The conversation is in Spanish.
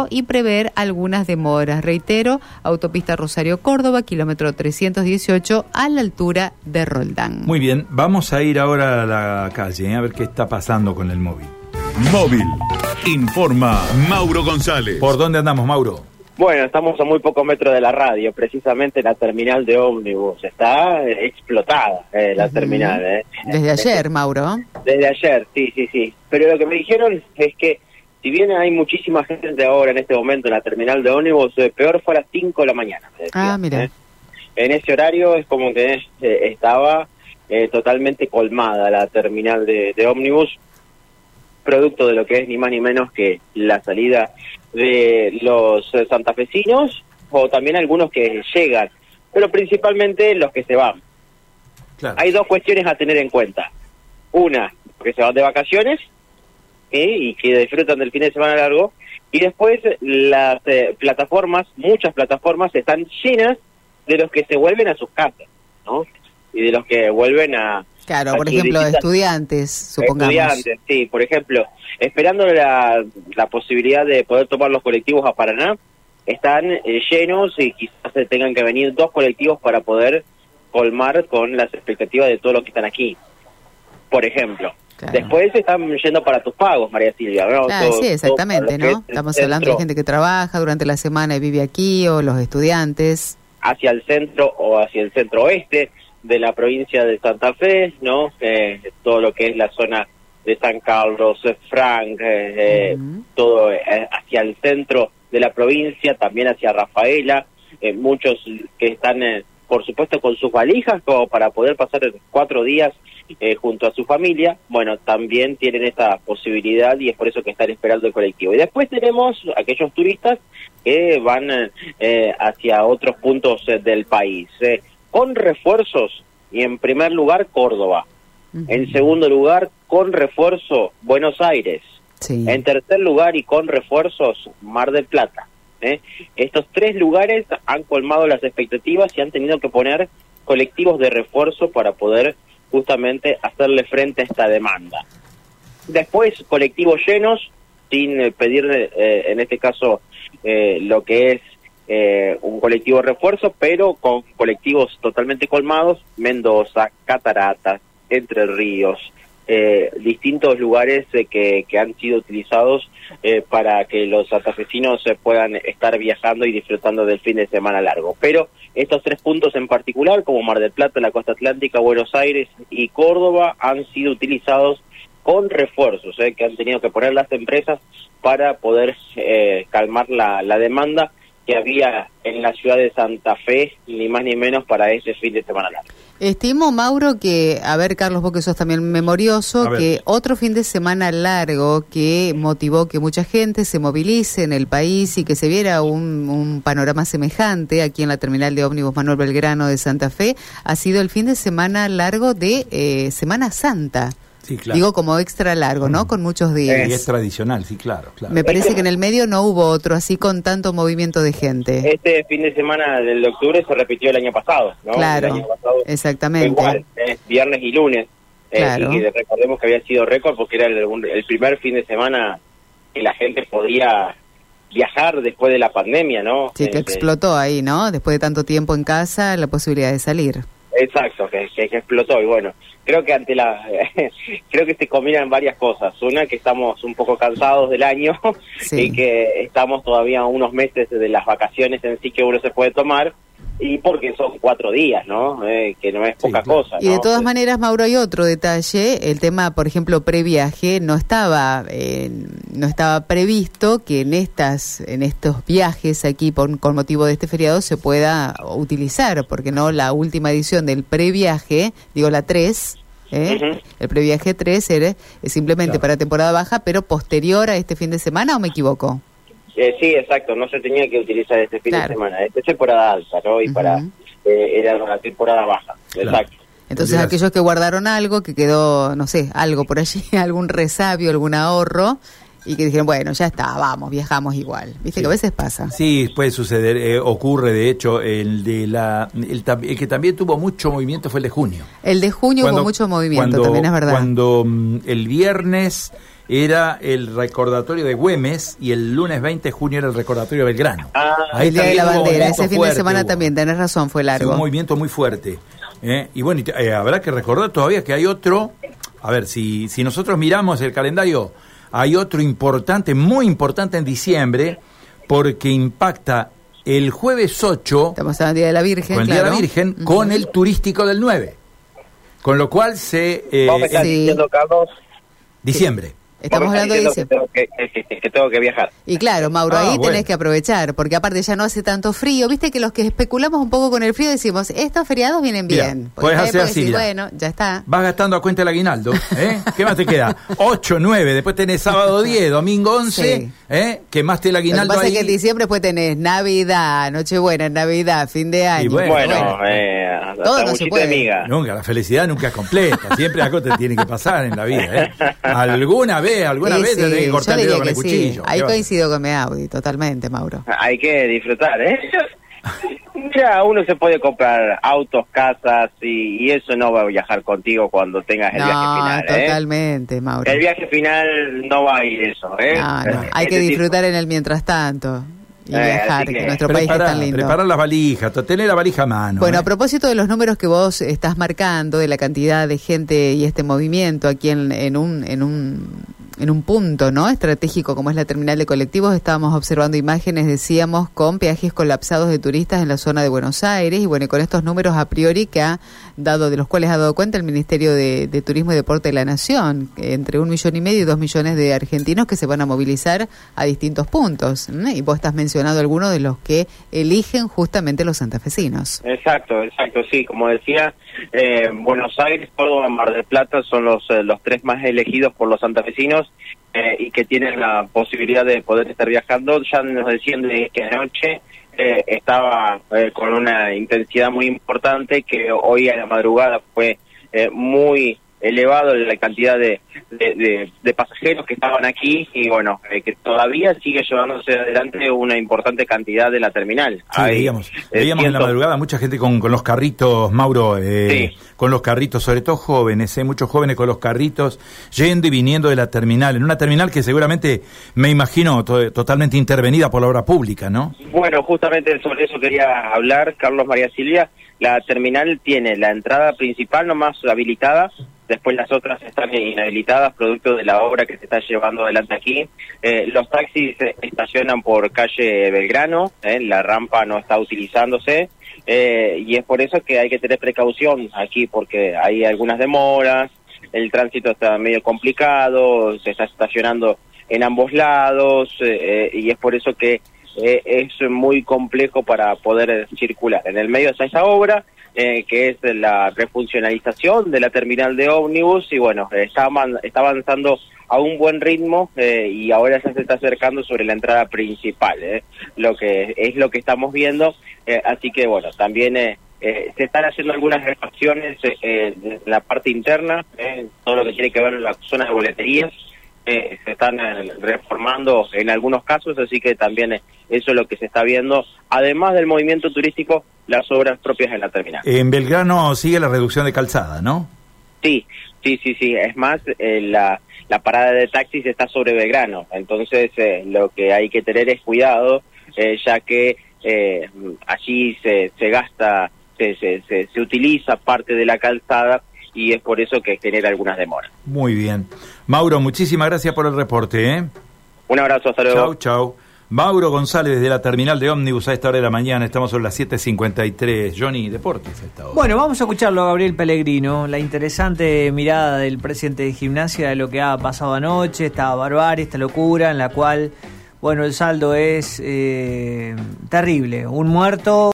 y prever algunas demoras. Reitero, autopista Rosario-Córdoba, kilómetro 318, a la altura de Roldán. Muy bien, vamos a ir ahora a la calle, a ver qué está pasando con el móvil. Móvil. Informa Mauro González. ¿Por dónde andamos, Mauro? Bueno, estamos a muy pocos metros de la radio, precisamente la terminal de ómnibus. Está explotada la terminal. Desde ayer, Mauro. Desde ayer, sí. Pero lo que me dijeron es que si bien hay muchísima gente ahora en este momento en la terminal de ómnibus, peor fue a las 5 de la mañana. Mira. En ese horario es como que estaba totalmente colmada la terminal de ómnibus, producto de lo que es ni más ni menos que la salida de los santafesinos o también algunos que llegan, pero principalmente los que se van. Claro. Hay dos cuestiones a tener en cuenta. Una, que se van de vacaciones y que disfrutan del fin de semana largo, y después las plataformas, muchas plataformas están llenas de los que se vuelven a sus casas, ¿no? Y de los que vuelven a... Claro, por ejemplo, estudiantes, supongamos. Estudiantes, sí, por ejemplo, esperando la posibilidad de poder tomar los colectivos a Paraná, están llenos y quizás se tengan que venir 2 colectivos para poder colmar con las expectativas de todos los que están aquí, por ejemplo. Claro. Después están yendo para tus pagos, María Silvia, ¿no? Sí, exactamente, ¿no? Estamos hablando de gente que trabaja durante la semana y vive aquí, o los estudiantes. Hacia el centro o hacia el centro oeste de la provincia de Santa Fe, ¿no? Todo lo que es la zona de San Carlos, Frank, todo hacia el centro de la provincia, también hacia Rafaela, muchos que están, por supuesto, con sus valijas como para poder pasar 4 días junto a su familia. Bueno, también tienen esta posibilidad y es por eso que están esperando el colectivo. Y después tenemos aquellos turistas que van hacia otros puntos del país, con refuerzos, y en primer lugar Córdoba, en segundo lugar con refuerzo Buenos Aires, en tercer lugar y con refuerzos Mar del Plata. Estos 3 lugares han colmado las expectativas y han tenido que poner colectivos de refuerzo para poder justamente hacerle frente a esta demanda. Después colectivos llenos, sin pedir en este caso lo que es un colectivo de refuerzo, pero con colectivos totalmente colmados, Mendoza, Cataratas, Entre Ríos, distintos lugares que han sido utilizados para que los santafesinos puedan estar viajando y disfrutando del fin de semana largo. Pero estos 3 puntos en particular, como Mar del Plata, la Costa Atlántica, Buenos Aires y Córdoba, han sido utilizados con refuerzos que han tenido que poner las empresas para poder calmar la demanda que había en la ciudad de Santa Fe, ni más ni menos para ese fin de semana largo. Estimo, Mauro, que, a ver, Carlos, vos que sos también memorioso, que otro fin de semana largo que motivó que mucha gente se movilice en el país y que se viera un panorama semejante aquí en la terminal de ómnibus Manuel Belgrano de Santa Fe, ha sido el fin de semana largo de Semana Santa. Sí, claro. Digo, como extra largo, ¿no? Con muchos días. Y es tradicional, sí, claro. Me parece que en el medio no hubo otro así con tanto movimiento de gente. Este fin de semana del octubre se repitió el año pasado, ¿no? Claro, el año pasado exactamente. Igual, viernes y lunes. Claro. Y recordemos que había sido récord porque era el primer fin de semana que la gente podía viajar después de la pandemia, ¿no? Sí, que explotó ahí, ¿no? Después de tanto tiempo en casa, la posibilidad de salir. Exacto, que explotó. Y bueno, creo que creo que se combinan varias cosas. Una, que estamos un poco cansados del año y que estamos todavía a unos meses de las vacaciones en sí que uno se puede tomar, y porque son 4 días, ¿no? Que no es poca cosa, ¿no? Y de todas maneras, Mauro, hay otro detalle. El tema, por ejemplo, previaje, no estaba previsto que en estos viajes aquí con motivo de este feriado se pueda utilizar, porque no, la última edición del previaje, digo la 3, el previaje 3 es simplemente para temporada baja, pero posterior a este fin de semana, ¿o me equivoco? Sí, exacto, no se tenía que utilizar este fin de semana. Esta es temporada alta, ¿no? Y era la temporada baja, exacto. Entonces aquellos que guardaron algo, que quedó, no sé, algo por allí, algún resabio, algún ahorro, y que dijeron, bueno, ya está, vamos, viajamos igual. Viste que a veces pasa. Sí, puede suceder, ocurre, de hecho, el que también tuvo mucho movimiento fue el de junio. El de junio hubo mucho movimiento, también es verdad. Cuando el viernes era el recordatorio de Güemes y el lunes 20 de junio era el recordatorio de Belgrano. Ahí el Día de la Bandera, ese fin de semana también, tenés razón, fue largo. Fue un movimiento muy fuerte. Y bueno, habrá que recordar todavía que hay otro, a ver, si nosotros miramos el calendario, hay otro importante, muy importante en diciembre, porque impacta el jueves 8, estamos hablando del Día de la Virgen, con el Día de la Virgen, con el turístico del 9. Con lo cual ¿Vos me estás diciendo, Carlos? Diciembre. Estamos hablando de diciembre. Que tengo que viajar. Y claro, Mauro, ahí tenés que aprovechar, porque aparte ya no hace tanto frío. Viste que los que especulamos un poco con el frío decimos, estos feriados vienen bien. Puedes hacer así, decir, bueno, ya está. Vas gastando a cuenta el aguinaldo, ¿Qué más te queda? 8, 9, después tenés sábado 10, domingo 11, quemaste el aguinaldo ahí. Lo que pasa es que en diciembre después tenés Navidad, Nochebuena, Navidad, fin de año. Y bueno, todo no se puede. Nunca, la felicidad nunca es completa. Siempre algo te tiene que pasar en la vida, Alguna vez tenés que cortar el dedo con el cuchillo. Ahí coincido con mi Audi, totalmente, Mauro. Hay que disfrutar, Mira, uno se puede comprar autos, casas y eso no va a viajar contigo cuando tengas el viaje final. Totalmente, Mauro. El viaje final no va a ir eso, No. Hay que disfrutar en el mientras tanto. Y viajar, que nuestro país es tan lindo. Preparar las valijas, tener la valija a mano. Bueno, a propósito de los números que vos estás marcando, de la cantidad de gente y este movimiento aquí en un punto, ¿no?, estratégico como es la terminal de colectivos, estábamos observando imágenes, decíamos, con peajes colapsados de turistas en la zona de Buenos Aires, y bueno, con estos números a priori de los cuales ha dado cuenta el Ministerio de Turismo y Deporte de la Nación, entre 1,5 millones y 2 millones de argentinos que se van a movilizar a distintos puntos, y vos estás mencionando algunos de los que eligen justamente los santafesinos. Exacto, sí, como decía, Buenos Aires, Córdoba, Mar del Plata son los 3 más elegidos por los santafesinos, y que tienen la posibilidad de poder estar viajando. Ya nos decían de que anoche estaba con una intensidad muy importante, que hoy a la madrugada fue muy elevado la cantidad de pasajeros que estaban aquí, y bueno, que todavía sigue llevándose adelante una importante cantidad de la terminal. Sí, veíamos en la madrugada mucha gente con los carritos, Mauro, con los carritos, sobre todo jóvenes, muchos jóvenes con los carritos, yendo y viniendo de la terminal, en una terminal que seguramente, me imagino, totalmente intervenida por la obra pública, ¿no? Bueno, justamente sobre eso quería hablar, Carlos, María Silvia. La terminal tiene la entrada principal nomás habilitada, después las otras están inhabilitadas producto de la obra que se está llevando adelante aquí. Los taxis estacionan por calle Belgrano, la rampa no está utilizándose, y es por eso que hay que tener precaución aquí, porque hay algunas demoras, el tránsito está medio complicado, se está estacionando en ambos lados, y es por eso que es muy complejo para poder circular. En el medio está esa obra, que es la refuncionalización de la terminal de ómnibus, y bueno, está avanzando a un buen ritmo, y ahora ya se está acercando sobre la entrada principal, lo que estamos viendo, así que bueno, también se están haciendo algunas refacciones en la parte interna, todo lo que tiene que ver con la zona de boleterías, se están reformando en algunos casos, así que también eso es lo que se está viendo, además del movimiento turístico, las obras propias en la terminal. En Belgrano sigue la reducción de calzada, ¿no? Sí, es más, la parada de taxis está sobre Belgrano, entonces lo que hay que tener es cuidado, ya que allí se gasta, se utiliza parte de la calzada, y es por eso que genera algunas demoras. Muy bien. Mauro, muchísimas gracias por el reporte, Un abrazo, hasta luego. Chau. Mauro González desde la terminal de ómnibus a esta hora de la mañana, estamos sobre las 7:53. Johnny, deportes a esta hora. Bueno, vamos a escucharlo a Gabriel Pellegrino, la interesante mirada del presidente de Gimnasia de lo que ha pasado anoche, esta barbarie, esta locura en la cual, bueno, el saldo es terrible, un muerto.